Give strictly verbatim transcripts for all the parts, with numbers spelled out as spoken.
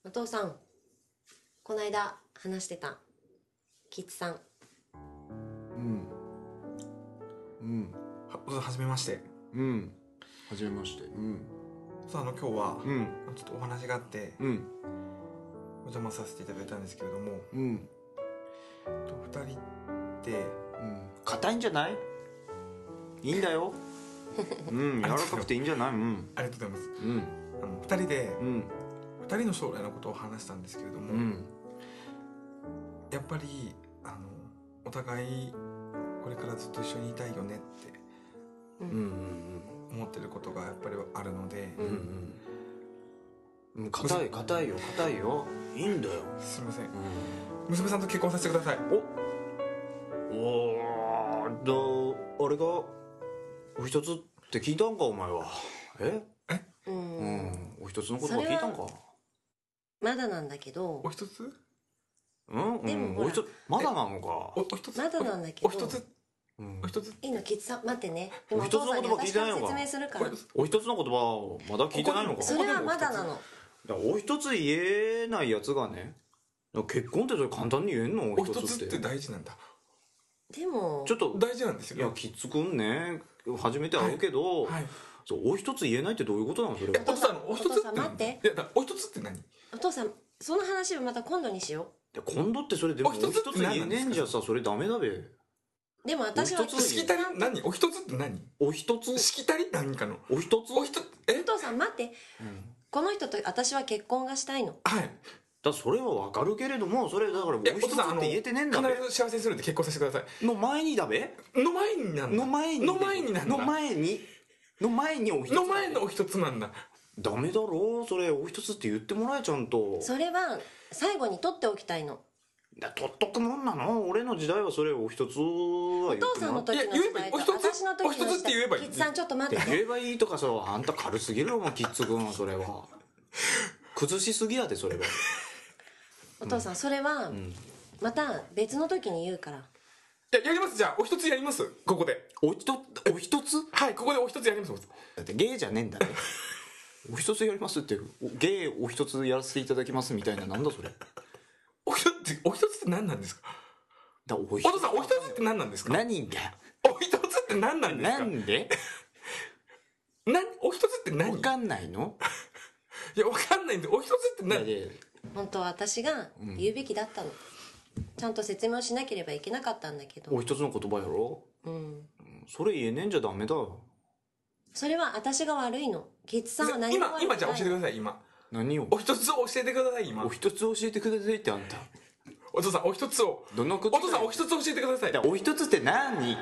お父さん、この間話してたキッズさん。 うんうんははじめまして。 うんはじめまして。うんそうあの今日は、 うんちょっとお話があってうんお邪魔させていただいたんですけれども、 うんとふたりってうん硬いんじゃない？いいんだよ。うん柔らかくていいんじゃない？うんありがとうございます。 うんあのふたりでうんふたりの将来のことを話したんですけれども、 うんやっぱりあのお互いこれからずっと一緒にいたいよねってうんうん思ってることがやっぱりあるので、 うんうんうん硬い硬いよ硬いよ。いいんだよ。 すみません、 う娘さんと結婚させてください。 んおおだあれがお一つって聞いたんかお前は。えううんんお一つの言葉聞いたんか。 まだなんだけどお一つうんうでもほらんお一つまだなのか。 おお一つまだなんだけどおお一つうんお一ついいのキッズさん、待ってね。今お一つのお父さんに言葉聞い私からてないのか説明するかこれら。 お一つの言葉まだ聞いてないのか。 それはまだなの。 だからお一つ言えないやつがね、結婚ってそれ簡単に言えんの？ お一つって大事なんだ。 でもちょっと大事なんですよね。 いやキッズくんね初めて会うけど、 はい、 そうお一つ言えないってどういうことなのそれは。 お父さんお一つってお父さん待っていやだお一つって何？ お父さん、その話はまた今度にしよで今度ってそれでもお一お一つってつ言えねえんじゃさそれダメだべ。 う。でも私はお一つしきたり何？お一つって何？ お一つしきたり何かのお一つお一つえお父さん待って、 うんこの人と私は結婚がしたいの。 はいだそれはわかるけれどもそれだからおえ一つって言えてねえんだべ必ず幸せにするんで結婚させてくださいの前にだべの前になんだの前にの前になんだの前にの前にお一つの前のお一つなんだ。 ダメだろそれお一つって言ってもらえちゃんと。 それは最後に取っておきたいの。 だ取っとくもんなの。俺の時代はそれを一つはお言ってもら父さんの時のいや言え時代とばいいお一つ私の時のお一つって言えばいいキッズさんちょっと待って。 言えばいいとかさあんた軽すぎるよもうキッズ君はそれは崩しすぎやでそれは。 お父さんそれはうんまた別の時に言うから。 いややります。じゃあお一つやりますここで。 お一つお一つはいここでお一つやります。 だってゲイじゃねえんだねお一つやりますっておゲイお一つやらせていただきますみたいななんだそれ。 お一つってお一つって何なんですか？ だおお父さんお一つって何なんですか？ 何がお一つって何なんですか？ なんでなお一つって何？ わかんないの。 いやわかんないんでお一つって何？ いやいや本当は私が言うべきだったの、ちゃんと説明をしなければいけなかったんだけど。 お一つの言葉やろ。 うんそれ言えねえんじゃダメだ。 それは私が悪いの。キッズさんは何も悪くない。 今今じゃあ教えてください今。 何をお一つを教えてください今。 お一つ教えてくださいってあんたお父さんお一つをどのことお父さんお一つ教えてください。 お一つって何？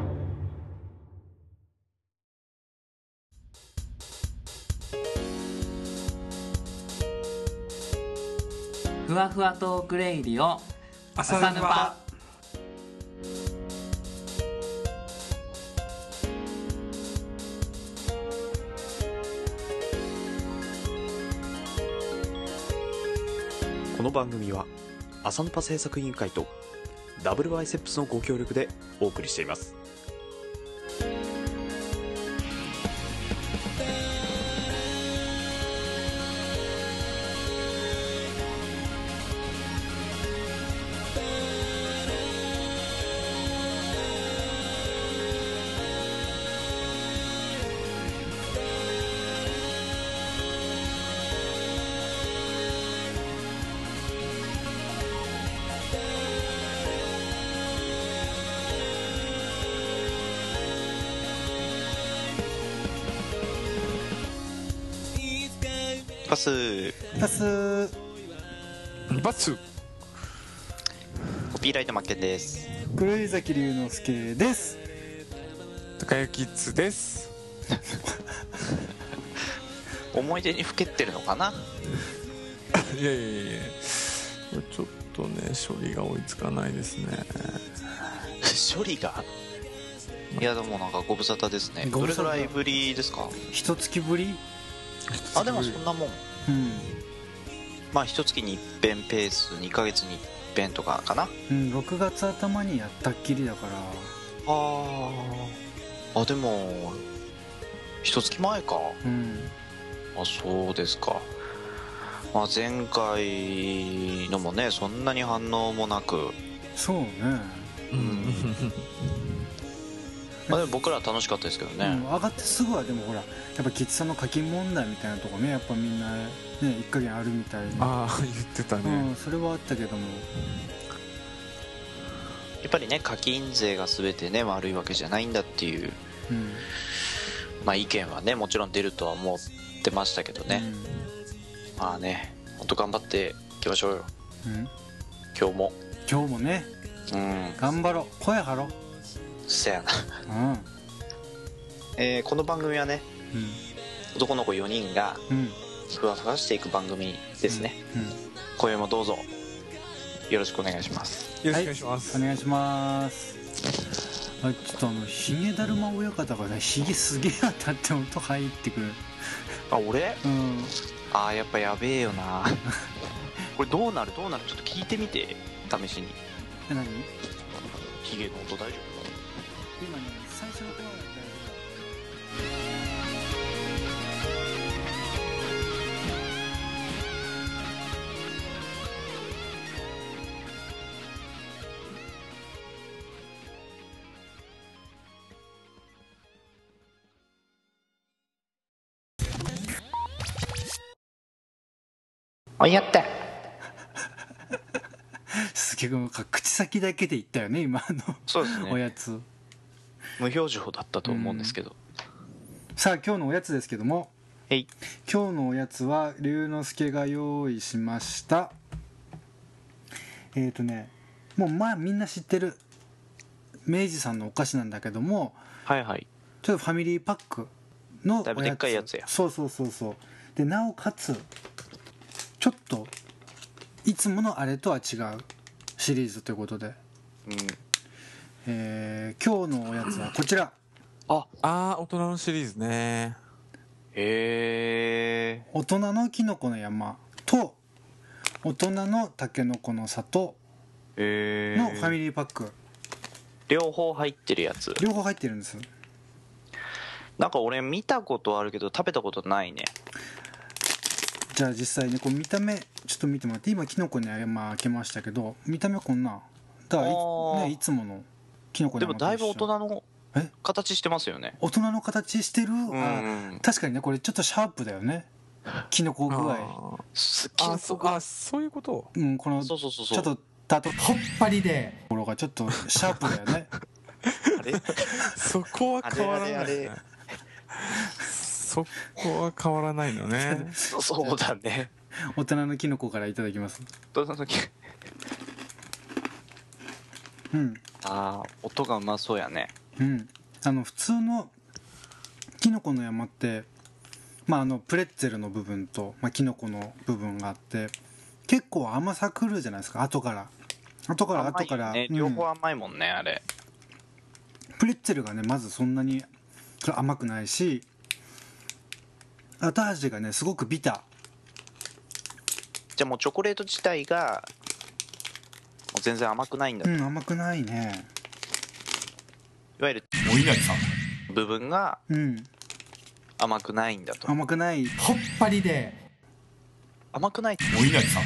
ふわふわトークレイディオ朝ぬぱ。 この番組は朝のパ製作委員会とダブルバイセップスのご協力でお送りしています。 パスパスバツコピーライトマッケンです。 黒井崎龍之介です。 高谷キッズです。 思い出にふけってるのかな。 いやいやいやいやちょっとね処理が追いつかないですね。 処理がいやでもなんかご無沙汰ですね。 ご無沙汰どれぐらいぶりですか？ 一月ぶり。 あでもそんなもん。 うんまあ一月に一遍ペース、にかげつに一遍とかかな。 うんろくがつ頭にやったっきりだから。 あーあでも一月前か。 うんあそうですか。 まあ、前回のもねそんなに反応もなく、 そうね、 うんまあでも僕らは楽しかったですけどね、 うん、上がってすぐはでもほらやっぱ吉さんの課金問題みたいなとこねやっぱみんなね一加減あるみたいにああ言ってたね、 うん、それはあったけどもやっぱりね課金税が全てね悪いわけじゃないんだっていう、 うん、 まあ意見はねもちろん出るとは思ってましたけどね、うん、まあね本当頑張っていきましょうよ、うん、今日も今日もね、うん、頑張ろう声張ろうせやな、うんえー、この番組はね、うん、男の子よにんがふわふわしていく番組ですね、うんうん、今夜もどうぞよろしくお願いします。 よろしくお願いします、 はい、お願いします。あ、ちょっとあのヒゲだるま親方がねヒゲすげえ当たって音入ってくる。 あ、俺？ うん。 あーやっぱやべえよなこれどうなるどうなるちょっと聞いてみて試しに。 え、何？ ヒゲの音大丈夫？ 今ね最初の声だったよ。 あ、やったすげえ口先だけで言ったよね今の。 そうですね、 おやつ無表情だったと思うんですけど、 うん、さあ今日のおやつですけども、 えい今日のおやつは龍之介が用意しました。えっ、ー、とねもうまあみんな知ってる明治さんのお菓子なんだけども、 はいはい、 ちょっとファミリーパックのおやつ、 だいぶでっかいやつや。 そうそうそうそうでなおかつちょっといつものあれとは違うシリーズということで、うんえー、今日のおやつはこちら。 ああ大人のシリーズね。 へえ。 大人のきのこの山と大人のたけのこの里のファミリーパック、 両方入ってるやつ。 両方入ってるんです。 なんか俺見たことあるけど食べたことないね。 じゃあ実際ねこう見た目ちょっと見てもらって、今きのこに山開けましたけど見た目こんなだから い,、ね、いつものきのこに山でもだいぶ大人の形してますよね。 大人の形してる、うん、あ確かにねこれちょっとシャープだよねきのこ具合。 ああ そ, あそういうこと。 うんこのそうそうそうちょっとだとほっぱりでところがちょっとシャープだよねあれそこは変わらない、ね、 あれあれあれそこは変わらないのねそうだね大人のきのこからいただきます。 大人のきうんああ音がうまそうやね。 うんあの普通のきのこの山ってまああのプレッツェルの部分と、まあ、きのこの部分があって結構甘さくるじゃないですか。後から後から後から、 ねうん、両方甘いもんねあれ。 プレッツェルがねまずそんなに甘くないし後味がねすごくビター。 じゃあもうチョコレート自体がもう全然甘くないんだ。 うん甘くないね。 いわゆるお稲荷さん部分がうん甘くないんだと。 甘くないほっぱりで甘くないお稲荷さん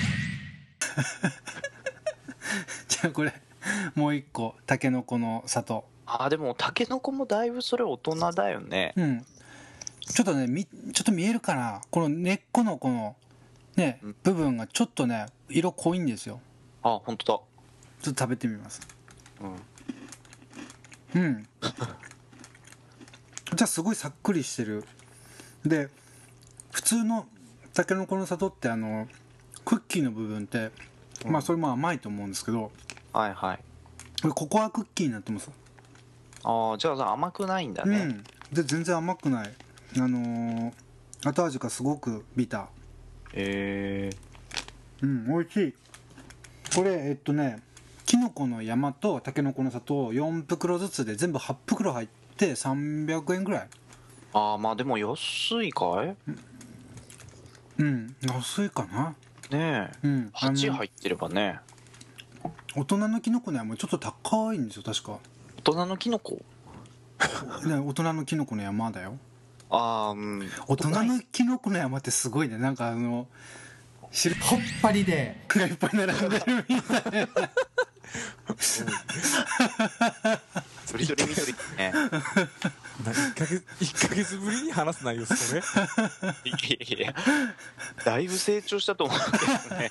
じゃあこれもう一個たけのこの里。 あでもたけのこもだいぶそれ大人だよね。 うんちょっとねみちょっと見えるかなこの根っこのこのね、うん、部分がちょっとね色濃いんですよ。 あ本当だ。 ちょっと食べてみます。 うんうんじゃあすごいさっくりしてる。で普通のたけのこの里ってあのクッキーの部分って、うん、まあそれも甘いと思うんですけど、 はいはいこれココアクッキーになってます。 ああじゃあ甘くないんだね。 うんで全然甘くない。あのー、後味がすごくビター。 へえー、 うん美味しい。これえっとねきのこの山とたけのこの里よん袋ずつで全部はち袋入ってさんびゃくえんぐらい。 ああまあでも安いかい。 うん安いかなねえ、うん、はち入ってればね。 大人のきのこの山ちょっと高いんですよ確か。 大人のきのこね大人のきのこの山だよ。 ああうん大人のきのこの山ってすごいね。なんかあの汁ほっぱりでがいっぱい並んでるみたいなそれぞれ緑ね。 いっかげついっかげつぶりに話す内容それ。 いやいやだいぶ成長したと思うんですね。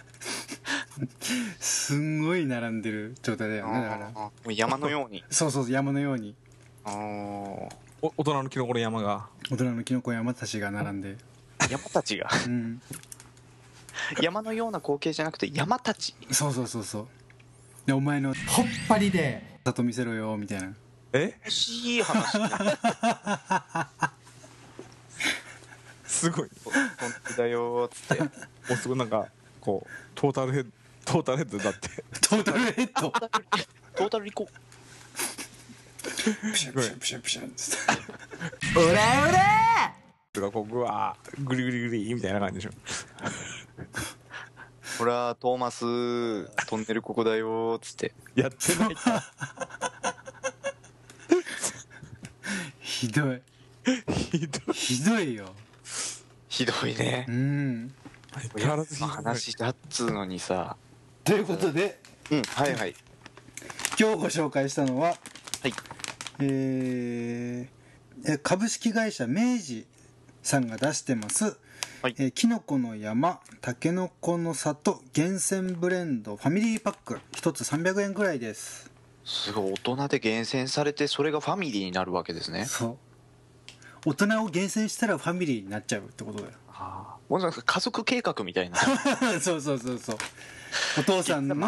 すんごい並んでる状態だよね。だからもう山のように。 そうそう山のように。 あお大人のキノコの山が大人のキノコ山たちが並んで山たちが、うん、山のような光景じゃなくて山たち。 そうそうそうそう。でお前のほっぱりで里見せろよみたいな。 え欲しい話すごい本当だよーっつって。 もうすごいなんかこうトータルヘッドトータルヘッドだってトータルヘッドトータルリコプシャプシャプシャプシャつってオラオラとかこうグワーグリグリグリみたいな感じでしょ。 ほらトーマストンネルここだよーっつってやってないかひどいひどいひどいよ。 ひどいね。 うんやっぱ話だっつうのにさ。 ということで、 うんはいはい、 今日ご紹介したのは、 はい、 えー、株式会社明治さんが出してます、 はい、 えー、きのこの山たけのこの里厳選ブレンドファミリーパックひとつさんびゃくえんくらいです。 すごい大人で厳選されてそれがファミリーになるわけですね。 そう大人を厳選したらファミリーになっちゃうってことだよ。 はあ、もうなんか家族計画みたいなそうそうそうそう。お父さんの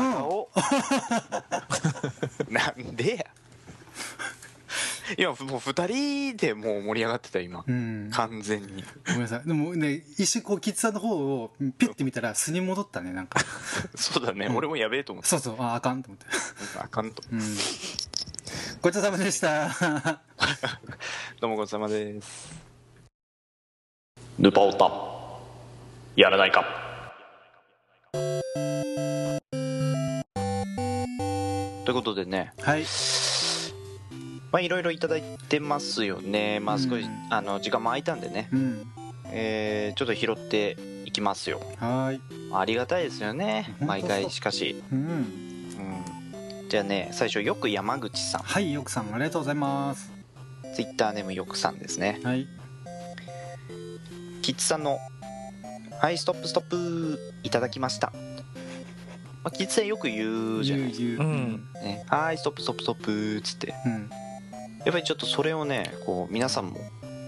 なんでや今もうふたりでもう盛り上がってた今、うん、完全にごめんなさい。でもね一瞬こうキッズさんの方をピュッて見たら素に戻ったねなんかそうだね、うん、俺もやべえと思って。 そうそうああかんと思ってあかんと、うん、 ごちそうさまでしたどうもごちそうさまです。ヌパオタやらないか。ということでね、 はいまあいろいろいただいてますよね。まあ少し、うん、あの時間も空いたんでね、うん、えー、ちょっと拾っていきますよ。 はい、 ありがたいですよね毎回。しかし、うんうん、じゃあね最初よく山口さん。 はいよくさんありがとうございます。 ツイッターネームよくさんですね。 はいキッズさんのはいストップストップいただきました。まあ、キッズさんよく言うじゃないですか。言う言う、うんね、はいストップストップストップっつって、うん、やっぱりちょっとそれをねこう皆さんも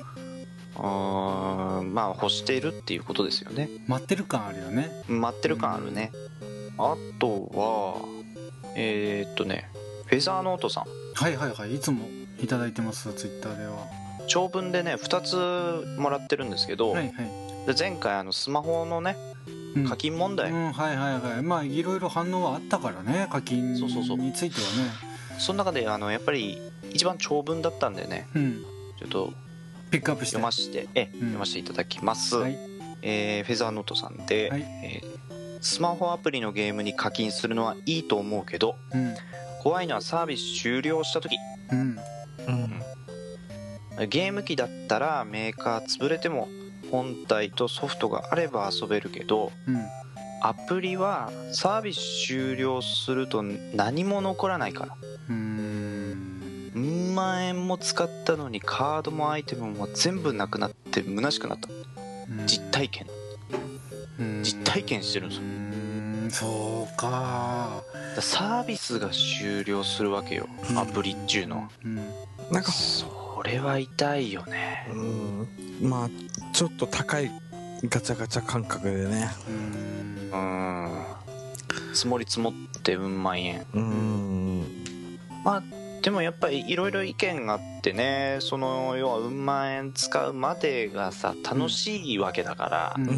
あまあ欲しているっていうことですよね。 待ってる感あるよね。 待ってる感あるね、うん、あとはえー、っとねフェザーノートさん。 はいはいはいいつもいただいてますツイッターでは。 長文でねふたつもらってるんですけど、はいはい、で前回あのスマホのね課金問題、 うんうん、はいはいはいまあいろいろ反応はあったからね課金についてはね。そうそうそうその中であのやっぱり一番長文だったんでね、うん、ちょっとピックアップして読ましてえ、うん、読ませていただきます、はいえー、フェザーノートさんで、はいえー、スマホアプリのゲームに課金するのはいいと思うけど、うん、怖いのはサービス終了した時、うんうんゲーム機だったらメーカー潰れても本体とソフトがあれば遊べるけど、うん、アプリはサービス終了すると何も残らないから。うーんうん万円も使ったのにカードもアイテムも全部なくなって虚しくなった。実体験実体験してるんですよ。 うんそうかサービスが終了するわけよ、うん、アプリっていうのは、うんうん、なんかそれは痛いよね。 うんまあちょっと高いガチャガチャ感覚でねうんうん積もり積もってうん万円うんまあでもやっぱりいろいろ意見があってねその要はうん万円使うまでがさ楽しいわけだから、うん、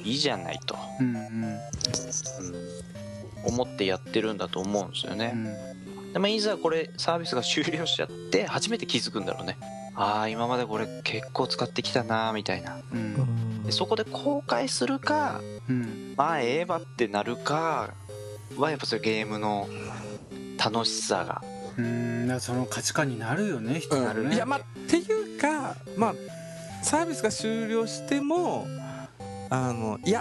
いいじゃないと、うんうん、思ってやってるんだと思うんですよね、うん、でもいざこれサービスが終了しちゃって初めて気づくんだろうね。ああ今までこれ結構使ってきたなみたいな、うん、でそこで後悔するか、うん、まあええばってなるかはやっぱそれゲームの楽しさがうんだその価値観になるよね人なるね、 うん、いやまあっていうかまあサービスが終了してもあのいや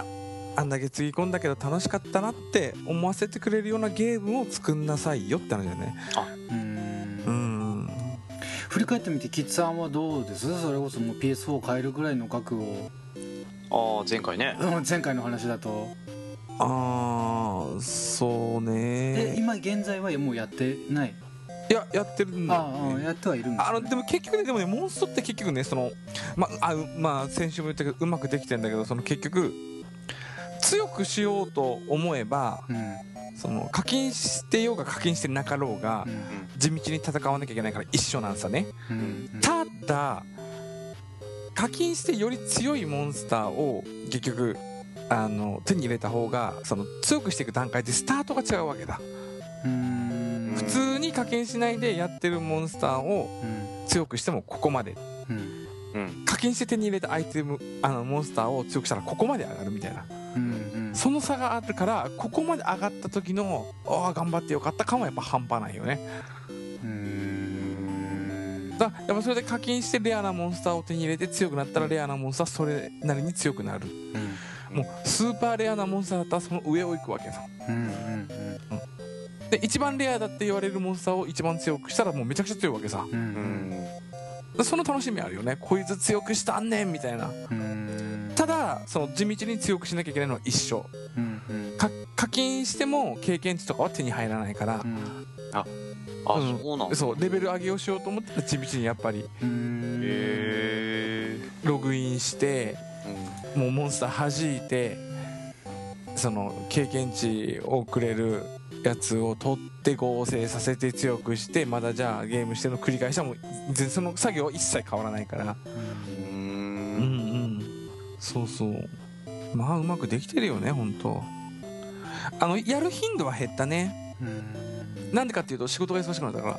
あんだけつぎ込んだけど楽しかったなって思わせてくれるようなゲームを作んなさいよって話だよね。 あうーんうん振り返ってみてキッズさんはどうです？それこそもう ピーエスフォー 買えるぐらいの額を、 ああ前回ね。 うん前回の話だと。 ああそうね。 え今現在はもうやってない？ いややってるんだよああね。 やってはいるんです、ね、 あのでも結局ねでもねモンストって結局ねそのまあうまあ先週も言ったけどうまくできてんだけどその結局強くしようと思えば、 うん、 その課金してようが課金してなかろうが、 うん地道に戦わなきゃいけないから一緒なんさね。 うんうん、 ただ課金してより強いモンスターを結局あの手に入れた方がその強くしていく段階でスタートが違うわけだ。 うーん普通に課金しないでやってるモンスターをうん強くしてもここまで、 うんうん課金して手に入れたアイテムあのモンスターを強くしたらここまで上がるみたいな、 うんうんその差があるからここまで上がった時のああ頑張ってよかった感はやっぱ半端ないよね。 うーんだやっぱそれで課金してレアなモンスターを手に入れて強くなったらレアなモンスターそれなりに強くなる。もうスーパーレアなモンスターだったらその上を行くわけさ。 うんうんうんで一番レアだって言われるモンスターを一番強くしたらもうめちゃくちゃ強いわけさ。 うんううんんでその楽しみあるよね。こいつ強くしたんねんみたいな。 うんただその地道に強くしなきゃいけないのは一緒。 うんうんか課金しても経験値とかは手に入らないからう、んあうんそうなんだ。 そうレベル上げをしようと思ったら地道にやっぱりうんへログインしてえ。 もうモンスター弾いてその経験値をくれるやつを取って合成させて強くしてまだじゃあゲームしての繰り返しはもう全然その作業は一切変わらないから。 うーうんんうんそうそうまあうまくできてるよね本当。あのやる頻度は減ったね。 うんなんでかっていうと仕事が忙しくなったから。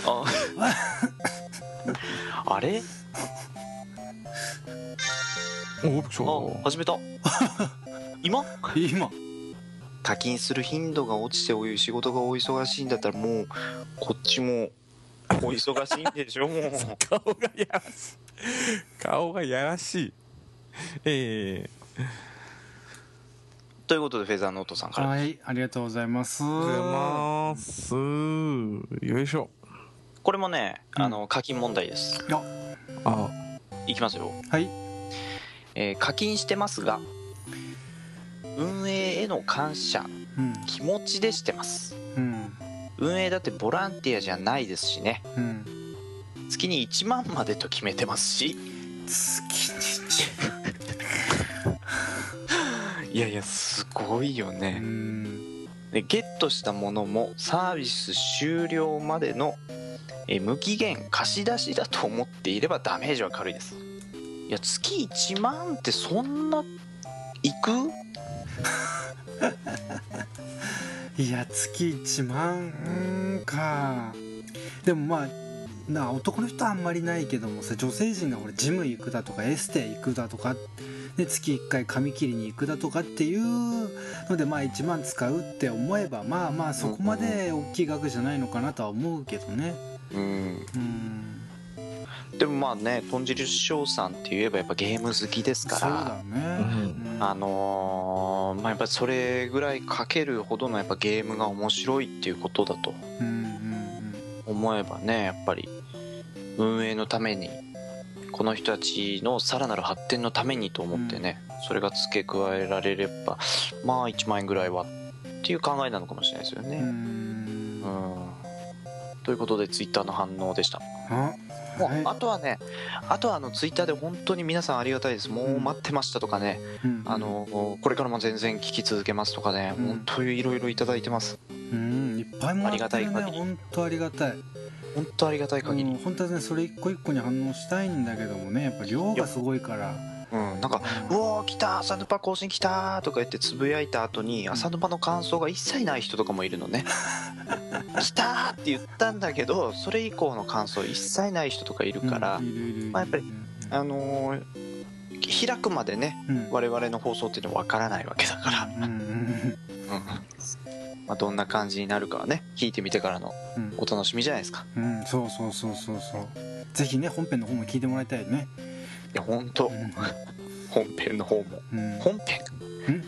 ああれおおびっくりした。 あ始めた今今課金する頻度が落ちておいう仕事がお忙しいんだったらもうこっちもお忙しいんでしょもう顔がやらしい顔がやらしい。ええということでフェザーノートさんから、 はいありがとうございます。 ありがとうございますよいしょ。 これもね、 うんあの課金問題です。 あいきますよ、 はいえー課金してますが運営への感謝うん気持ちでしてます。 うん運営だってボランティアじゃないですしね。 うん月にいちまんまでと決めてますし月にいやいやすごいようね。 んでゲットしたものもサービス終了までのえー無期限貸し出しだと思っていればダメージは軽いです。いや月いちまんってそんないく？ いや月いちまんうんか。でもまあな男の人はあんまりないけどもさ女性陣がほらジム行くだとかエステ行くだとかで月いっかい髪切りに行くだとかっていうのでまあいちまん使うって思えばまあまあそこまで大きい額じゃないのかなとは思うけどね。 うんうんでもまあね豚汁師匠さんって言えばやっぱゲーム好きですかそうだら、 ね、うんあのーまあやっぱりそれぐらいかけるほどのやっぱゲームが面白いっていうことだとうんうん思えばねやっぱり運営のためにこの人たちのさらなる発展のためにと思ってね、それが付け加えられればまあいちまんえんぐらいはっていう考えなのかもしれないですよね。 うんううんんということでツイッターの反応でした。 あもうはいあとはねあとはあのツイッターで本当に皆さんありがたいです。もう待ってましたとかね、 うんあのこれからも全然聞き続けますとかね、 うん本当にいろいろいただいてます。 うんいっぱいもらってるね。 ありがたい限り本当ありがたい。 本当ありがたい限り、 うん、本当はねそれ一個一個に反応したいんだけどもねやっぱ量がすごいから。 うん、なんか「うおー来た朝ヌパ更新来た」とか言ってつぶやいた後に朝ヌパの感想が一切ない人とかもいるのね来たーって言ったんだけどそれ以降の感想一切ない人とかいるから、 うんいるいるいるまあやっぱりあのー開くまでねうん我々の放送っていうのは分からないわけだから、 うんうんうんまあ、どんな感じになるかはね聞いてみてからのうんお楽しみじゃないですか。 うんうんそうそうそうそうそうぜひね本編の方も聞いてもらいたいよね。 いや本当うん本編の方もうん本編うん今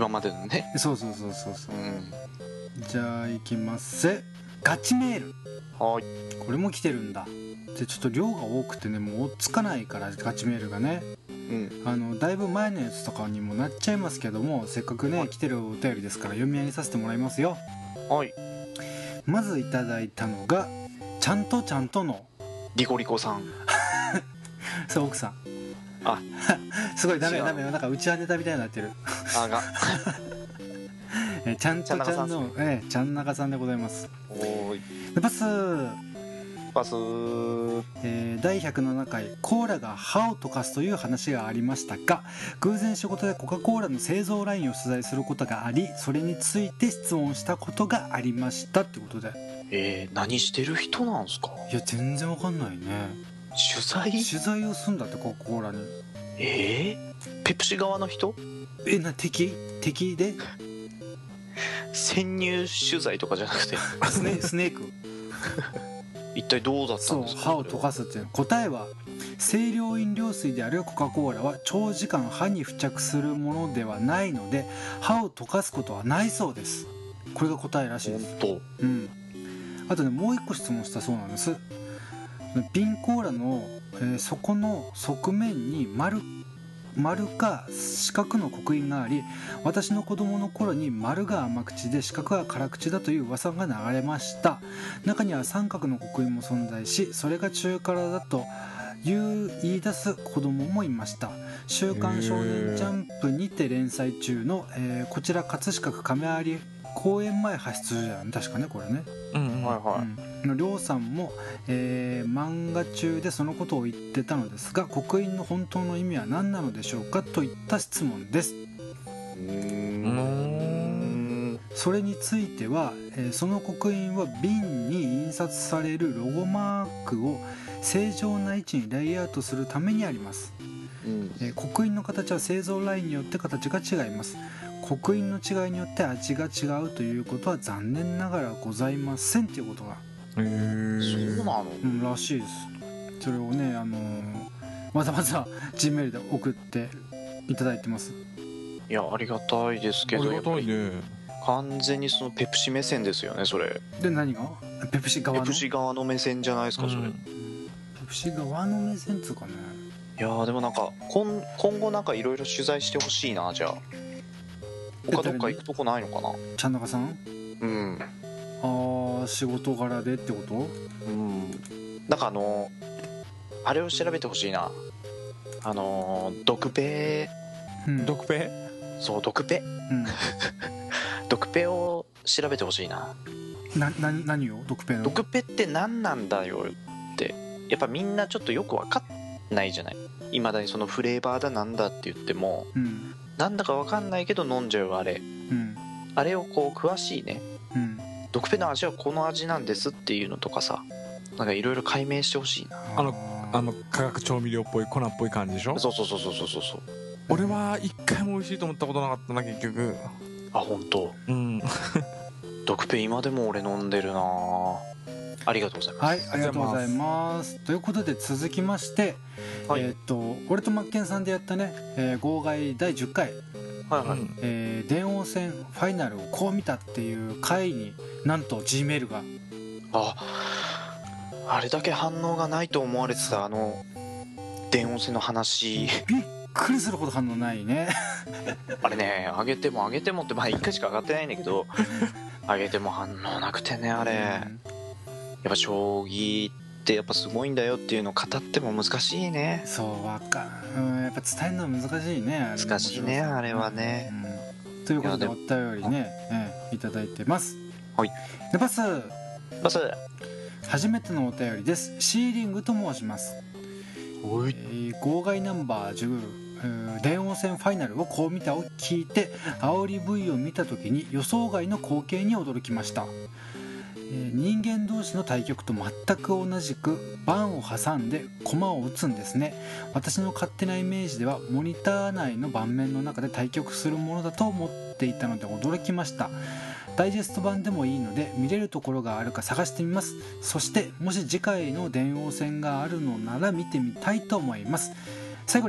今までのね。 そうそうそうそうそう、 うん、 じゃあいきますガチメール。 はい。 これも来てるんだ。でちょっと量が多くてねもう追っつかないからガチメールがね、 うん、 あのだいぶ前のやつとかにもなっちゃいますけども、せっかくね、はい、来てるお便りですから読み上げさせてもらいますよ。 はい。 まずいただいたのがちゃんとちゃんとのリコリコさんそう奥さん。 あすごいダメダメなんかうちわネタみたいになってるあがえちゃんとちゃんのえちゃんなかさんでございます。 おーいパスパス、 えー、だいひゃくななかいコーラが歯を溶かすという話がありましたが、偶然仕事でコカ・コーラの製造ラインを取材することがあり、それについて質問したことがありましたってことで。 えー、何してる人なんすか？ いや全然わかんないね。 取材取材をすんだってコカ・コーラに。 えー、ペプシ側の人？ えな敵敵で潜入取材とかじゃなくてスネスネーク一体どうだったんですか？ そう歯を溶かすっていう答えは、清涼飲料水であるコカ・コーラは長時間歯に付着するものではないので歯を溶かすことはないそうです。これが答えらしいです。 本当？ うん。あとねもう一個質問したそうなんです。瓶コーラの、えー、底の側面に丸丸か四角の刻印があり、私の子供の頃に丸が甘口で四角が辛口だという噂が流れました。中には三角の刻印も存在し、それが中辛だと言う言い出す子供もいました。週刊少年ジャンプにて連載中の、えー、こちら葛飾区亀有公園前派出所じゃん確かねこれね。 うんうん、 はいはい。 うん、りょうさんも、えー、漫画中でそのことを言ってたのですが、刻印の本当の意味は何なのでしょうかといった質問です。 うーんそれについては、えー、その刻印は瓶に印刷されるロゴマークを正常な位置にレイアウトするためにあります。 うんえー、刻印の形は製造ラインによって形が違います。刻印の違いによって味が違うということは残念ながらございませんということが、 へーそうなの？ うん、らしいです。それをね、あのー、わざわざ G メールで送っていただいてます。 いやありがたいですけど、 ありがたいね。 完全にそのペプシ目線ですよねそれ。 で何がペプシ側のペプシ側の目線じゃないですかそれ、うん、 ペプシ側の目線っつうかね。 いやーでもなんか今今後なんかいろいろ取材してほしいな。じゃあ他どっか行くとこないのかな。 ちゃんなかさん。 うんああ仕事柄でってこと。 うんなんかあのあれを調べてほしいな。あのー、ドクペ、 うん、 ドクペそうドクペ、うん、ドクペを調べてほしいな。 なな何をドクペのドクペって何なんだよってやっぱみんなちょっとよく分かんないじゃない。いまだにそのフレーバーだなんだって言っても、うん、なんだか分かんないけど飲んじゃうあれ、うん、あれをこう詳しいね、うん、ドクペの味はこの味なんですっていうのとかさ、なんかいろいろ解明してほしいな。 あのあの化学調味料っぽい粉っぽい感じでしょ。 そうそうそうそうそうそう。 俺は一回も美味しいと思ったことなかったな結局。 あ本当。 うんドクペ今でも俺飲んでるな。ありがとうございます。 はいありがとうございます。ということで続きまして、はい、えー、っと俺とマッケンさんでやったね、えー、号外だいじゅっかい、 はいはい、 えー、電王戦ファイナルをこう見たっていう回になんと G メールが、 ああれだけ反応がないと思われてたあの電王戦の話、 びっくりするほど反応ないねあれね上げても上げてもってまあいっかいしか上がってないんだけど上げても反応なくてねあれ、うん、やっぱ将棋ってやっぱすごいんだよっていうのを語っても難しいね。 そうわかんやっぱ伝えるの難しいね。 難しいねあれはね、 うん、ということでお便りね、えー、いただいてます。 はいでパスパス初めてのお便りです。シーリングと申します。 おい、 えー、号外ナンバーじゅう電王戦ファイナルをこう見たを聞いて煽り ブイ を見た時に予想外の光景に驚きました。人間同士の対局と全く同じく盤を挟んで駒を打つんですね。私の勝手なイメージではモニター内の盤面の中で対局するものだと思っていたので驚きました。ダイジェスト版でもいいので見れるところがあるか探してみます。そしてもし次回の電王戦があるのなら見てみたいと思います。最後に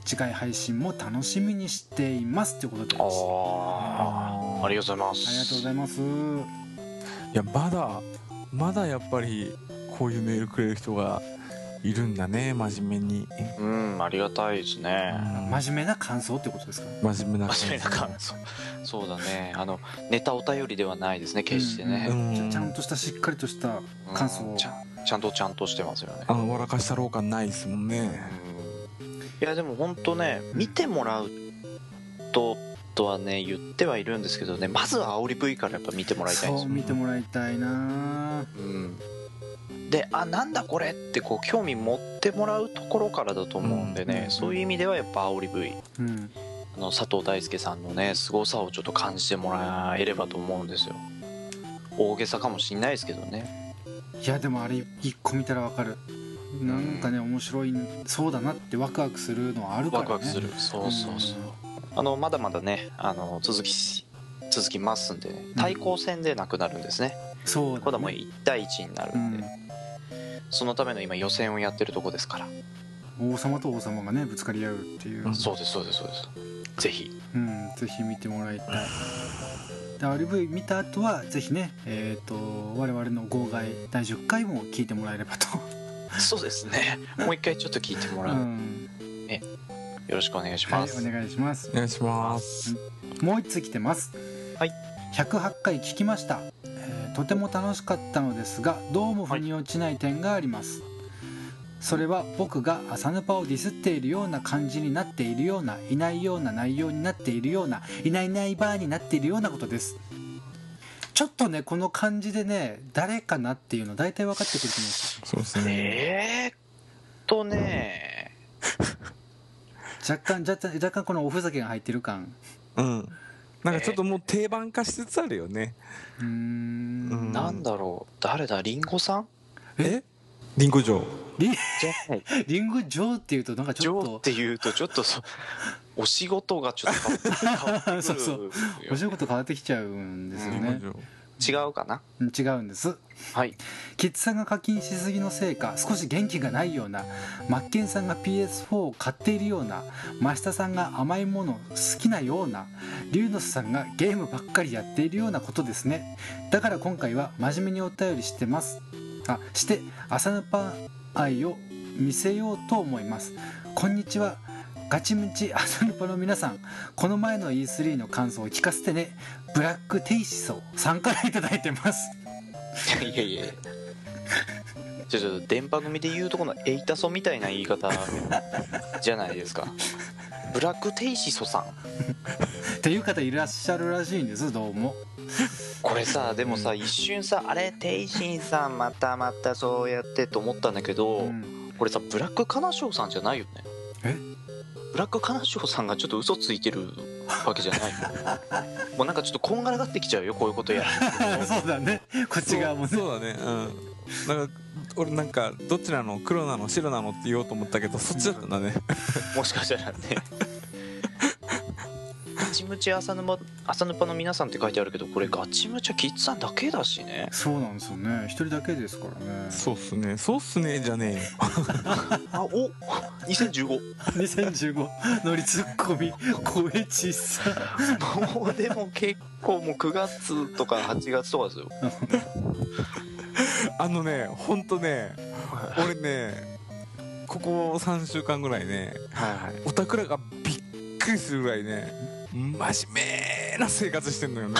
次回配信も楽しみにしていますということです。 ああありがとうございます。 ありがとうございます。 いやまだまだやっぱりこういうメールくれる人がいるんだね、真面目に。 うんありがたいですね。 真面目な感想ってことですか？ 真面目な感想。 真面目な感想。そうだね、あのネタお便りではないですね、決してね、 うんうん、ちゃんとしたしっかりとした感想を、 うん、ちゃちゃんとちゃんとしてますよね。 あの笑かしたろう感ないですもんね、うん、 いやでも本当ね、見てもらうととはね言ってはいるんですけどね、まずは煽り V からやっぱ見てもらいたいんですよ。 そう見てもらいたいな。 うんで、あ、なんだこれってこう興味持ってもらうところからだと思うんでね、うん、そういう意味ではやっぱ煽り V、うん、あの佐藤大輔さんのね凄さをちょっと感じてもらえればと思うんですよ。大げさかもしんないですけどね。 いやでもあれ一個見たらわかる。なんかね面白いそうだなってワクワクするのはあるからね。 ワクワクする。そうそうそう、うん、あのまだまだねあの続き続きますんで、ね、対抗戦でなくなるんですね、 うん、そうだね。 これはもういち対いちになるんで、うん、そのための今予選をやってるとこですから、 王様と王様がねぶつかり合うっていう、うん、 そうですそうですそうです。ぜひ、 うん、ぜひ見てもらいたい。で アールブイ 見た後はぜひね、えー、と我々の号外だいじゅっかいも聞いてもらえればと。 そうですね、もう一回ちょっと聞いてもらう、うん、えよろしくお願いします。 はい、お願いします。 お願いします。 もう一つ来てます。 はい、 ひゃくはちかい聞きました、えー、とても楽しかったのですがどうも腑に落ちない点があります、はい、それは僕が朝ヌパをディスっているような感じになっているような、いないような内容になっているような、いないいないバーになっているようなことです。ちょっとねこの感じでね誰かなっていうの大体分かってくると思うんですよ。 そうですね。 えー、っとね若干若干若干このおふざけが入ってる感、 うんなんかちょっともう定番化しつつあるよね。 うーんなんだろう、誰だ、リンゴさん？ えリンゴ嬢リンリンゴ嬢っていうとなんかちょっと嬢っていうとちょっとそお仕事がちょっと変わって変わってくるそうそうお仕事変わってきちゃうんですよね、うん、 違うかな、 違うんです。 はい、 キッズさんが課金しすぎのせいか少し元気がないような、マッケンさんが ピーエスフォー を買っているような、真下さんが甘いもの好きなような、リュウノスさんがゲームばっかりやっているようなことですね。だから今回は真面目にお便りしてますあして朝ヌパ愛を見せようと思います。こんにちは、ガチムチ朝ヌパの皆さん、この前の イースリー の感想を聞かせてね。ブラックテイシソさんからいただいてます。 いやいやちょっと電波組で言うとこのエイタソみたいな言い方じゃないですか。ブラックテイシソさんっていう方いらっしゃるらしいんです。どうもこれさ、でもさ、うん、一瞬さあれテイシンさんまたまたそうやってと思ったんだけど、うん、これさブラックカナショウさんじゃないよね。 えブラックカナショウさんがちょっと嘘ついてるわけじゃないもうなんかちょっとこんがらがってきちゃうよ、こういうことやるそうだね、こっち側もね。 そうだね、うん。なんか俺なんかどっちなの、黒なの白なのって言おうと思ったけどそっちだったんだねもしかしたらねガチムチ朝沼朝ヌパの皆さんって書いてあるけど、これガチムチはキッズさんだけだしね。 そうなんですよね、一人だけですからね。 そうっすね、そうっすねじゃねえよあ、おにせんじゅうごにせんじゅうご乗りツッコミ声小さもうでも結構もうくがつとかはちがつとかですよあのね、ほんとね俺ねここさんしゅうかんぐらいね、はいはい、おたくらがびっくりするぐらいね真面目な生活してんのよね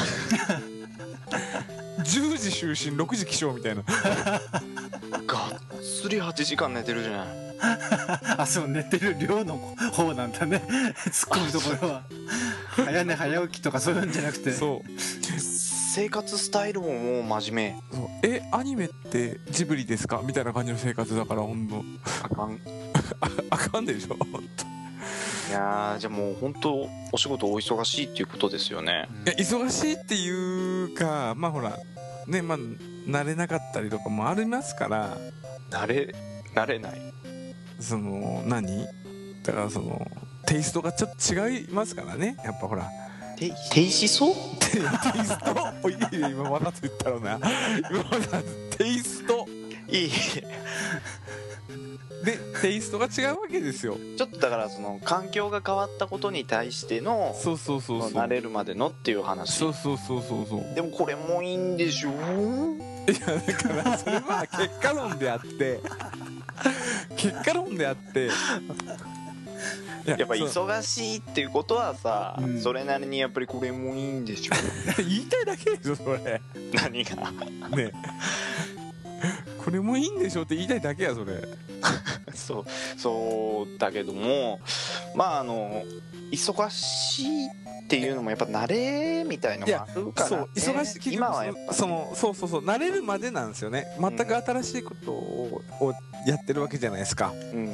じゅうじ就寝ろくじ起床みたいながっつりはちじかん寝てるじゃないあ、そう、寝てる量の方なんだね突っ込むところは早寝早起きとかそういうんじゃなくて、 そう生活スタイルももう真面目。 そう、え、アニメってジブリですかみたいな感じの生活だから、ほんとあかんあかんでしょほんと。 いやー、じゃあもう本当お仕事お忙しいっていうことですよね。 いや、忙しいっていうか、まあほらね、まあ慣れなかったりとかもありますから。 慣れ慣れない、 その何だからそのテイストがちょっと違いますからね、やっぱほら。 テイテイシソテイストいいね、今わざと言ったろうな今わざとテイストいいでテイストが違うわけですよ。 ちょっとだからその環境が変わったことに対してのそうそうそうそう慣れるまでのっていう話。 そうそうそうそうそう。 でもこれもいいんでしょ。 いやだからそれは結果論であって結果論であってやっぱ忙しいっていうことはさ、 うん、 それなりにやっぱりこれもいいんでしょ。 言いたいだけでしょそれ。 何がねこれもいいんでしょって言いたいだけやそれ。 そうそうだけども、まああの忙しいっていうのもやっぱ慣れみたいのもあるから、ね、 そう忙しい今はやっぱ、ね、 そのそうそうそう慣れるまでなんですよね。全く新しいことを、うん、をやってるわけじゃないですか、うんうん、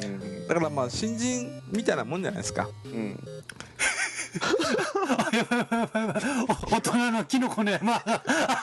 だからまあ新人みたいなもんじゃないですか、うん、 大人のキノコの山ちょ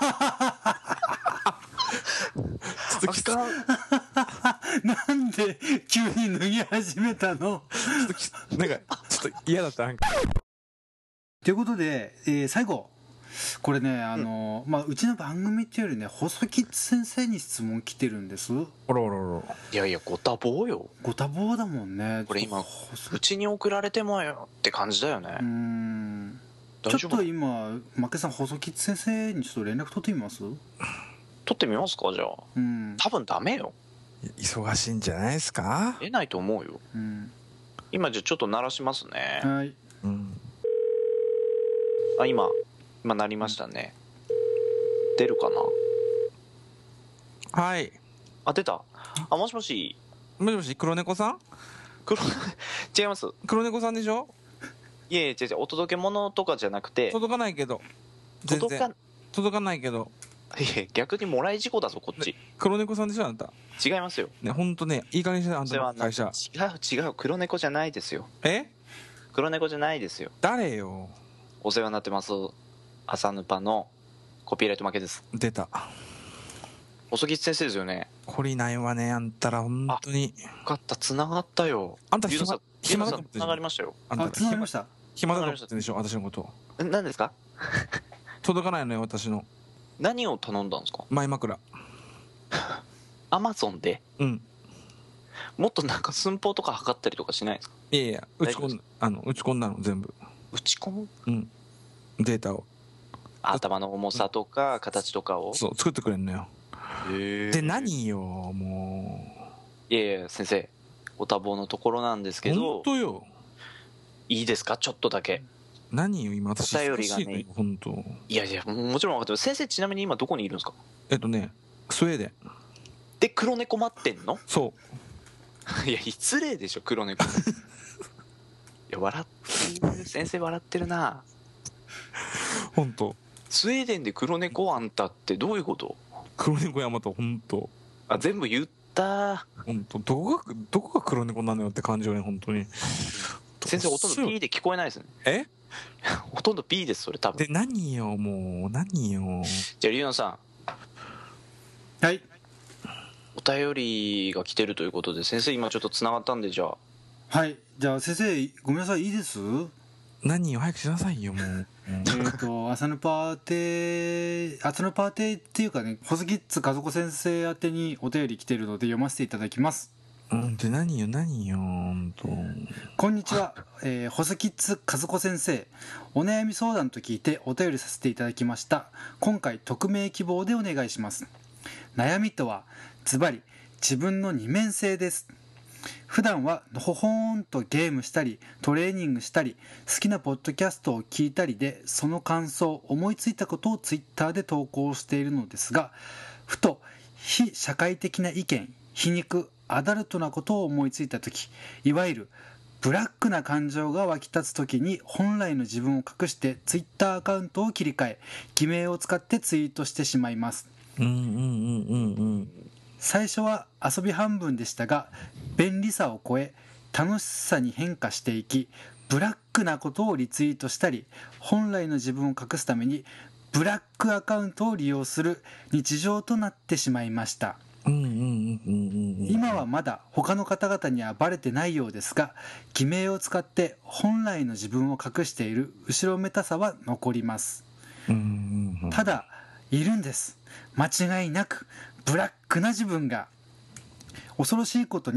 っときつなんで急に脱ぎ始めたの。 ちょっとなんかちょっと嫌だったなんか。 ということで、えー、最後これねあの、うんまあ、うちの番組っていうよりね細木先生に質問来てるんです。 あらあらあら。 いやいやご多忙よ。 ご多忙だもんね。 これ今うちに送られてもよって感じだよね。うーんちょっと今負けさん細木先生にちょっと連絡取ってみます。 取ってみますかじゃあ。うん。多分ダメよ。 忙しいんじゃないですか。 出ないと思うよ。うん。今じゃあちょっと鳴らしますね。 はい。うん。 あ今今鳴りましたね。出るかな。はい。 あ出た。あもしもし。 もしもし黒猫さん。 黒違います。 黒猫さんでしょ。 いやいや違う違うお届け物とかじゃなくて。 届かないけど。全然届か届かないけど。 いや逆にもらい事故だぞこっち。 黒猫さんでしょあんた。 違いますよ。 ね本当ねいい加減にしてあんたの会社。 違う違う黒猫じゃないですよ。 え？ 黒猫じゃないですよ。 誰よ。 お世話になってます朝ヌパのコピーライト負けです。 出た。 細木先生ですよね。 懲りないわねあんたら本当に。 よかった繋がったよ。 あんた暇暇だ繋がりましたよ。 あんた繋がりました。 暇だったでしょ私のこと。 何ですか？ 届かないのよ私の。 何を頼んだんですか？ 前枕。 アマゾンで。 うん。 もっとなんか寸法とか測ったりとかしないですか？ いやいや打ち込んあの打ち込んだの全部。 打ち込む？ うん。データを。 頭の重さとか形とかを。 そう作ってくれんのよ。 へえ。 で何よもう。いやいや先生ご多忙のところなんですけど。 本当よ。 いいですかちょっとだけ。 何よ今私お便りがね本当。 いやいやもちろん分かってます。先生ちなみに今どこにいるんですか？ えっとねスウェーデンで黒猫待ってんの？ そういや失礼でしょ黒猫いや笑ってる先生笑ってるな本当。 スウェーデンで黒猫あんたってどういうこと？ 黒猫山と本当。 あ全部言った本当どこがどこが黒猫なのよって感じよね本当に。 先生ほとんど P で聞こえないですね。 えほとんど P ですそれ多分。 で何よもう何よ。 じゃあリュウナさんはいお便りが来てるということで先生今ちょっとつながったんでじゃあはいじゃあ先生ごめんなさいいいです？ 何よ早くしなさいよもう。 えっと朝のパーティー朝のパーティーっていうかね細木っつ和子先生宛てにお便り来てるので読ませていただきます。 うんで何よ何よ本当。 こんにちは、えー、細木っつ和子先生お悩み相談と聞いてお便りさせていただきました。今回匿名希望でお願いします。悩みとはズバリ自分の二面性です。普段はのほほーんとゲームしたりトレーニングしたり好きなポッドキャストを聞いたりでその感想思いついたことをツイッターで投稿しているのですがふと非社会的な意見皮肉アダルトなことを思いついた時いわゆるブラックな感情が湧き立つ時に本来の自分を隠してツイッターアカウントを切り替え偽名を使ってツイートしてしまいます。 うんうんうんうんうん最初は遊び半分でしたが便利さを超え楽しさに変化していきブラックなことをリツイートしたり本来の自分を隠すためにブラックアカウントを利用する日常となってしまいました。今はまだ他の方々にはバレてないようですが偽名を使って本来の自分を隠している後ろめたさは残ります。ただいるんです。間違いなくブラックな自分が。恐ろしいことに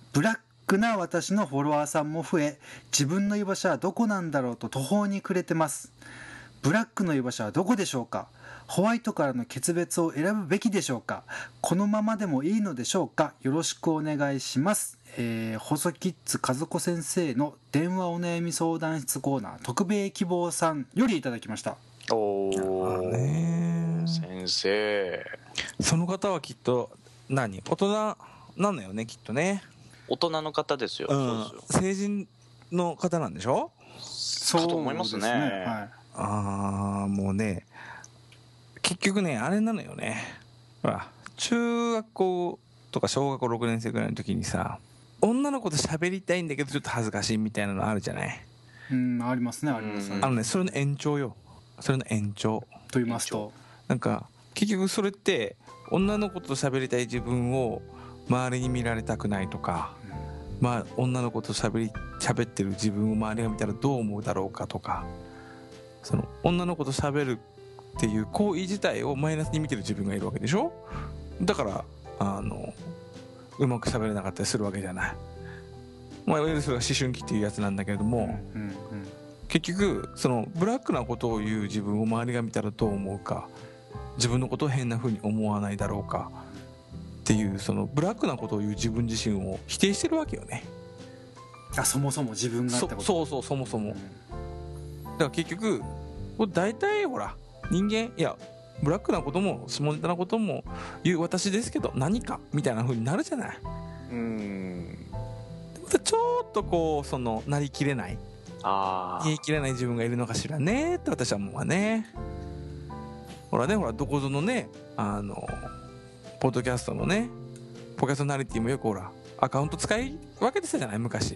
ブラックな私のフォロワーさんも増え、自分の居場所はどこなんだろうと途方に暮れてます。ブラックの居場所はどこでしょうか。ホワイトからの決別を選ぶべきでしょうか。このままでもいいのでしょうか。よろしくお願いします。えー、細キッズ和子先生の電話お悩み相談室コーナー、特命希望さんよりいただきました。 おー、 ね、 先生。 その方はきっと何大人なのよね、きっとね。 大人の方ですよ、 うん、 そうですよ。 成人の方なんでしょ。 そうと思いますね。 はい、 ああ、もうね、結局ね、あれなのよね。ほら、中学校とか小学校ろくねん生ぐらいの時にさ、女の子と喋りたいんだけどちょっと恥ずかしいみたいなのあるじゃない。 うん、ありますね、ありますね。 あのね、それの延長よ。それの延長と言いますと、 なんか結局それって女の子と喋りたい自分を周りに見られたくないとか、うん、まあ女の子と喋り喋ってる自分を周りが見たらどう思うだろうかとか、その女の子と喋るっていう行為自体をマイナスに見てる自分がいるわけでしょ。だからあのうまく喋れなかったりするわけじゃない。まあいわゆるそれが思春期っていうやつなんだけれども、うんうんうん、結局そのブラックなことを言う自分を周りが見たらどう思うか、自分のことを変な風に思わないだろうかっていう、そのブラックなことを言う自分自身を否定してるわけよね。 あ、そもそも自分がってこと。 そうそう、そもそも、うん、だから結局大体ほら人間、いやブラックなことも下ネタなことも言う私ですけど何かみたいな風になるじゃない。うーん、ちょっとこうそのなりきれない、あ言い切れない自分がいるのかしらねって私は思うわね。ほらね、ほらどこぞのね、あのポッドキャストのねポキャストナリティもよくほらアカウント使い分けてたじゃない昔。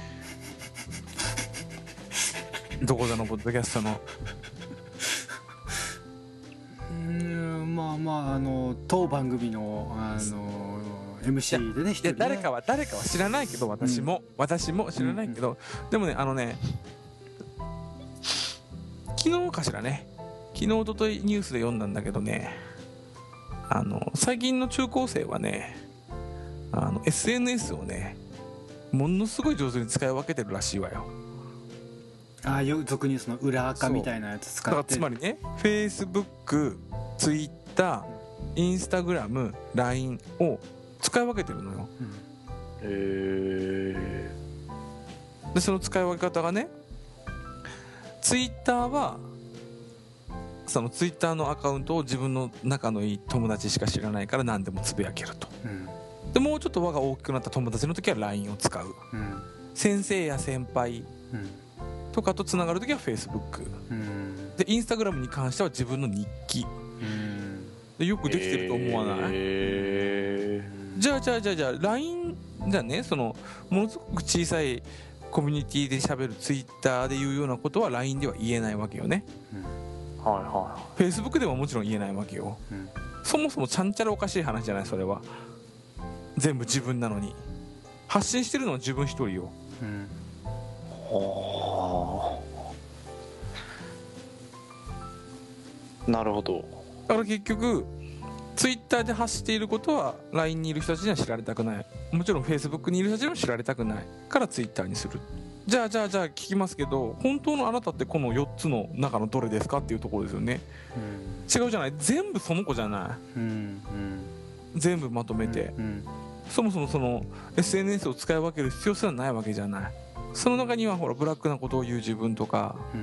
どこぞのポッドキャストのうーん、まあまああの当番組のあの エムシー でね、一人ね、いや誰かは誰かは知らないけど私も、うん、私も知らないけど、うんうん、でもね、あのね昨日かしらね、昨日おとといニュースで読んだんだけどね、あの最近の中高生はね、あの エスエヌエス をねものすごい上手に使い分けてるらしいわよ。 ああ、よ俗にその裏垢みたいなやつ使って、 だからつまりね Facebook、Twitter、Instagram、ライン を使い分けてるのよ。へ、うん、えー、でその使い分け方がね、Twitter はその Twitter のアカウントを自分の仲のいい友達しか知らないから何でもつぶやけると、うん、でもうちょっと輪が大きくなった友達の時は ライン を使う、うん、先生や先輩、うんとかとつながるときは Facebook、うん、で Instagram に関しては自分の日記、うん、でよくできてると思わない、えー、じゃあじゃあじゃあじゃあ ライン じゃあね、そのものすごく小さいコミュニティで喋る Twitter で言うようなことは ライン では言えないわけよね、うん、はいはい、Facebook でももちろん言えないわけよ、うん、そもそもちゃんちゃらおかしい話じゃない。それは全部自分なのに発信してるのは自分一人よ、うん、 はあ、なるほど。 だから結局ツイッターで発していることは ライン にいる人たちには知られたくない、もちろん Facebook にいる人たちにも知られたくないからツイッターにする。じゃあじゃあじゃあ聞きますけど、本当のあなたってこのよっつの中のどれですかっていうところですよね、うん、違うじゃない、全部その子じゃない、うんうん、全部まとめて、うんうん、そもそもその エスエヌエス を使い分ける必要すらないわけじゃない。その中にはほらブラックなことを言う自分とか、うん、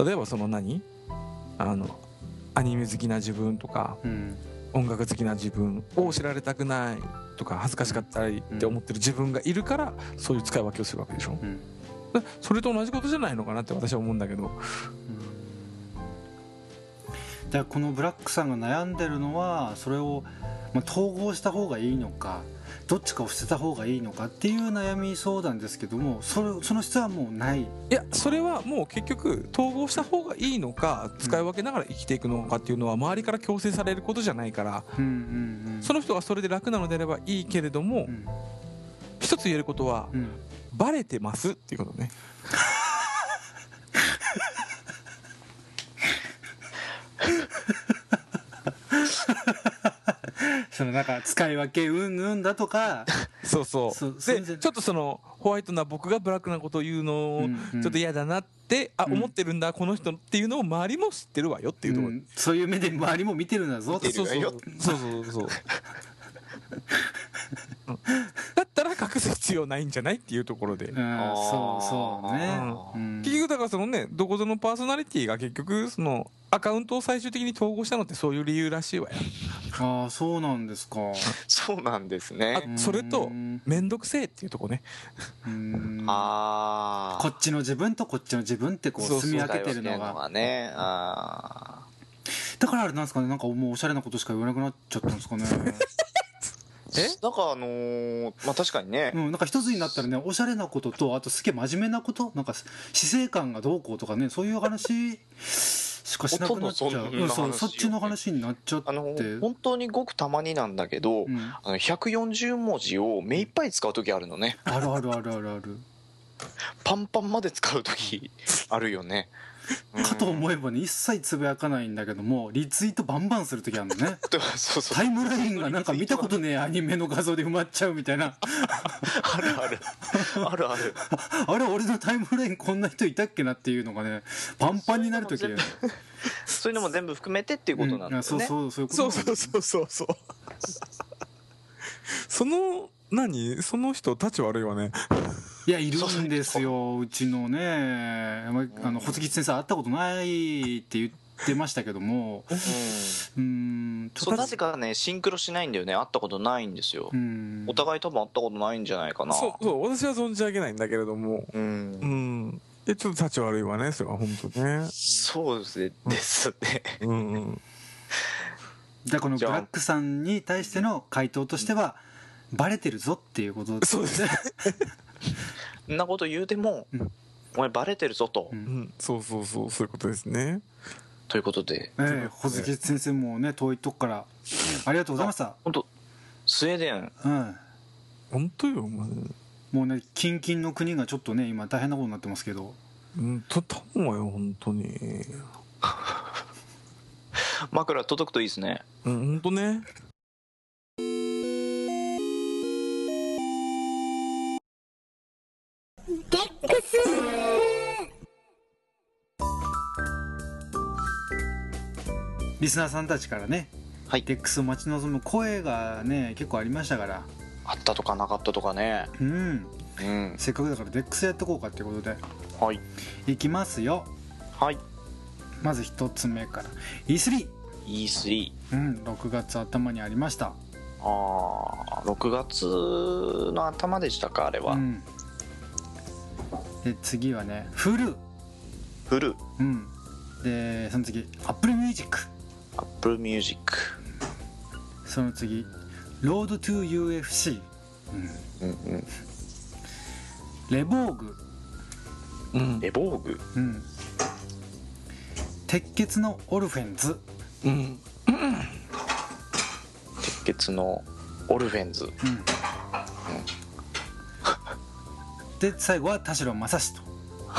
例えばその何あのアニメ好きな自分とか、うん、音楽好きな自分を知られたくないとか恥ずかしかったりって思ってる自分がいるから、そういう使い分けをするわけでしょ、うん、それと同じことじゃないのかなって私は思うんだけど、うん、 だからこのブラックさんが悩んでるのはそれを、まあ、統合した方がいいのかどっちかを捨てた方がいいのかっていう悩み相談ですけども、それその質はもうない。いや、それはもう結局統合した方がいいのか使い分けながら生きていくのかっていうのは周りから強制されることじゃないから、うんうんうん、その人がそれで楽なのであればいいけれども、うん、一つ言えることは、うん、バレてますっていうことね。 そのなんか使い分けうんうんだとかそうそうそうで全然ちょっとそのホワイトな僕がブラックなことを言うのをうんうんちょっと嫌だなって、あうん思ってるんだこの人っていうのを周りも知ってるわよっていうところ、 うんそういう目で周りも見てるんだぞとそうそうそうそうそうそうだったら隠す必要ないんじゃないっていうところで、 うんそうそうね、 ううん結局だからそのねどこぞのパーソナリティが結局そのアカウントを最終的に統合したのってそういう理由らしいわよ。 ああそうなんですか。 そうなんですね。 あそれとうん面倒くせえっていうとこね。 うんああ。 こっちの自分とこっちの自分ってこうそうそう住み分けてるののががね。あだからあれなんですかね、なんかもうおしゃれなことしか言わなくなっちゃったんですかねえなんかあのー、まあ確かにね、 うん、なんか一つになったらね、おしゃれなこととあとすげえ真面目なこと、なんか死生観がどうこうとかね、そういう話しかしなくなっちゃう。 ほとんどそんな話ようん、そうそっちの話になっちゃって、 あの本当にごくたまになんだけど、 うん、 あのひゃくよんじゅうもじを目いっぱい使う時あるのね。 あるあるあるあるある。 パンパンまで使う時あるよね。うんかと思えばね、一切つぶやかないんだけども、リツイートバンバンする時あるのね。 そうそうタイムラインがなんか見たことねえアニメの画像で埋まっちゃうみたいな。 あるあるあるある。 あれ俺のタイムラインこんな人いたっけなっていうのがね、パンパンになる時ある。 そういうのも全部含めてっていうことなんだよね。 うんあそうそうそういうことそうそうそうそうそうその何その人たち悪いわね。 いやいるんですよ、うちのね、まあの細木先生会ったことないって言ってましたけども、 うんうーんそうなぜかねシンクロしないんだよね。会ったことないんですよ。 うんお互い多分会ったことないんじゃないかな。 そうそう私は存じ上げないんだけれども、 うんうんいやちょっと立ち悪いわねそれは本当ね。 そうですねですね。 うんうんだからこのブラックさんに対しての回答としては、バレてるぞっていうことそうですねそんなこと言うても、 うんお前バレてるぞと、 ううんんそうそうそうそういうことですね。 ということでええ、細木先生もね遠いとこからありがとうございました。 本当スウェーデンうん本当よお前。 もうね近々の国がちょっとね今大変なことになってますけど、 うんと頼むわよ本当に。 枕届くといいですね。 うん本当ね。 リスナーさんたちからね、 はいデックスを待ち望む声がね結構ありましたから、 あったとかなかったとかね。 うんうんせっかくだからデックスやっていこうかっていうことではいいきますよ。 はいまず一つ目から イースリー、 イースリーうん、ろくがつ頭にありました。 あーろくがつの頭でしたかあれは。 うん、で次はねフル、 フルうん、でその次アップルミュージック、 アップルミュージック。 その次ロードトゥ ユーエフシー、うん、 うんうんレボーグ、 うんレボーグ。 うん、鉄血のオルフェンズ、 うん鉄血のオルフェンズ。 うん、で最後は田代正史と。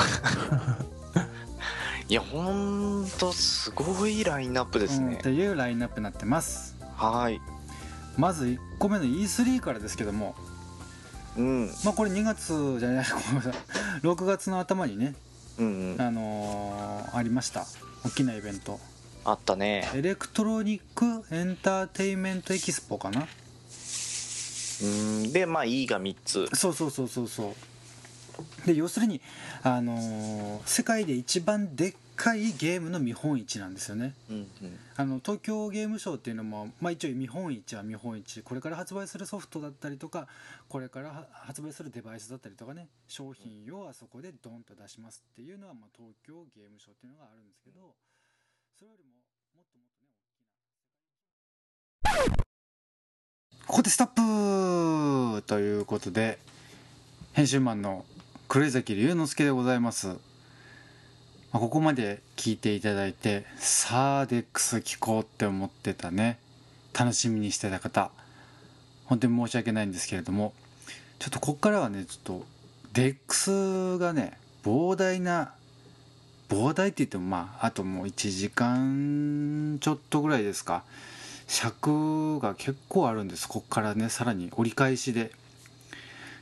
いやほんとすごいラインナップですうん、っね。 ていうラインナップになってます。 はい。 まずいっこめの イースリー からですけども、 うんまあこれにがつじゃないごめんなさいろくがつの頭にね、 うんうん。 あのーありました大きなイベント、 あったね。 エレクトロニックエンターテインメントエキスポかな。 うんでまあ E がみっつ。 そうそうそうそうそうで要するに、あのー世界で一番でっかいゲームの見本市なんですよね。 うんうんあの東京ゲームショウっていうのも、まあ、一応見本市は見本市、これから発売するソフトだったりとかこれからは発売するデバイスだったりとかね、商品をあそこでドンと出しますっていうのは、まあ、東京ゲームショウっていうのがあるんですけど、それよりももっともっとね大きなここでストップということで、編集マンの黒井崎龍之介でございます。まあここまで聞いていただいて、さあデックス聞こうって思ってたね、楽しみにしてた方、本当に申し訳ないんですけれども、ちょっとこっからはねちょっとデックスがね膨大な膨大って言ってもまああともういちじかんちょっとぐらいですか、尺が結構あるんです。こっからねさらに折り返しで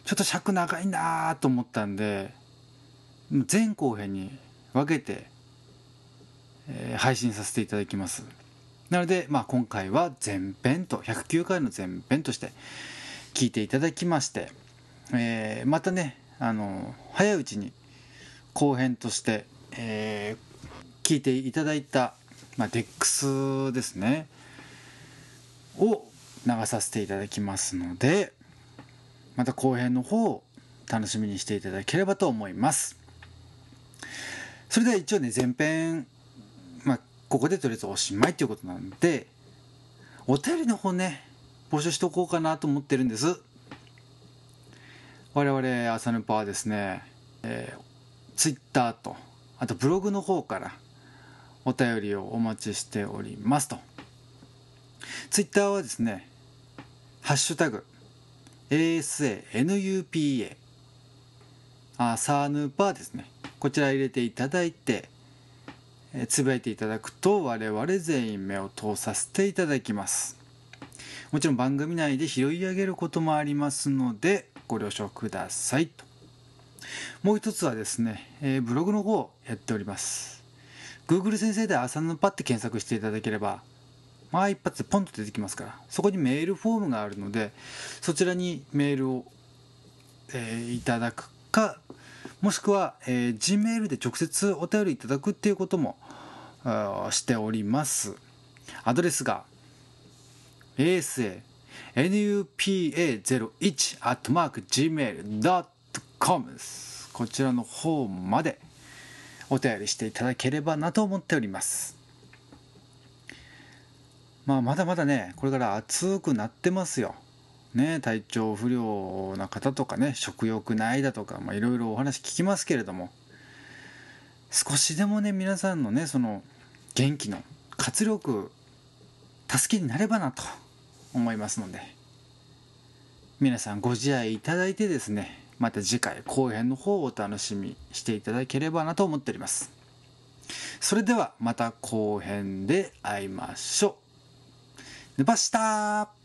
ちょっと尺長いなと思ったんで前後編に分けて、えー、配信させていただきます。なので、まあ、今回は前編とひゃくきゅうかいの前編として聞いていただきまして、えー、またねあの早いうちに後編として、えー、聞いていただいた、まあ、デックスですねを流させていただきますので、また後編の方を楽しみにしていただければと思います。それでは一応ね前編、まあ、ここでとりあえずおしまいということなんでお便りの方ね募集しておこうかなと思ってるんです。我々朝ヌパはですね、えー、ツイッターとあとブログの方からお便りをお待ちしておりますと。ツイッターはですねハッシュタグ エーエスエーエヌユーピーエー アサヌパですね、こちら入れていただいてえつぶやいていただくと我々全員目を通させていただきます。もちろん番組内で拾い上げることもありますのでご了承くださいと。もう一つはですね、えー、ブログの方やっております。 Google 先生で朝ヌパって検索していただければまあ一発でポンと出てきますから、そこにメールフォームがあるのでそちらにメールを、えー、いただくかもしくは、えー、Gmail で直接お便りいただくっていうこともしております。アドレスが エーエスエーエヌユーピーエーゼロいち アットマーク ジーメール ドットコム こちらの方までお便りしていただければなと思っております。まあまだまだねこれから暑くなってますよね。体調不良な方とかね食欲ないだとかいろいろお話聞きますけれども、少しでもね皆さんのねその元気の活力助けになればなと思いますので、皆さんご自愛いただいてですねまた次回後編の方をお楽しみしていただければなと思っております。それではまた後編で会いましょう。ヌパしたー。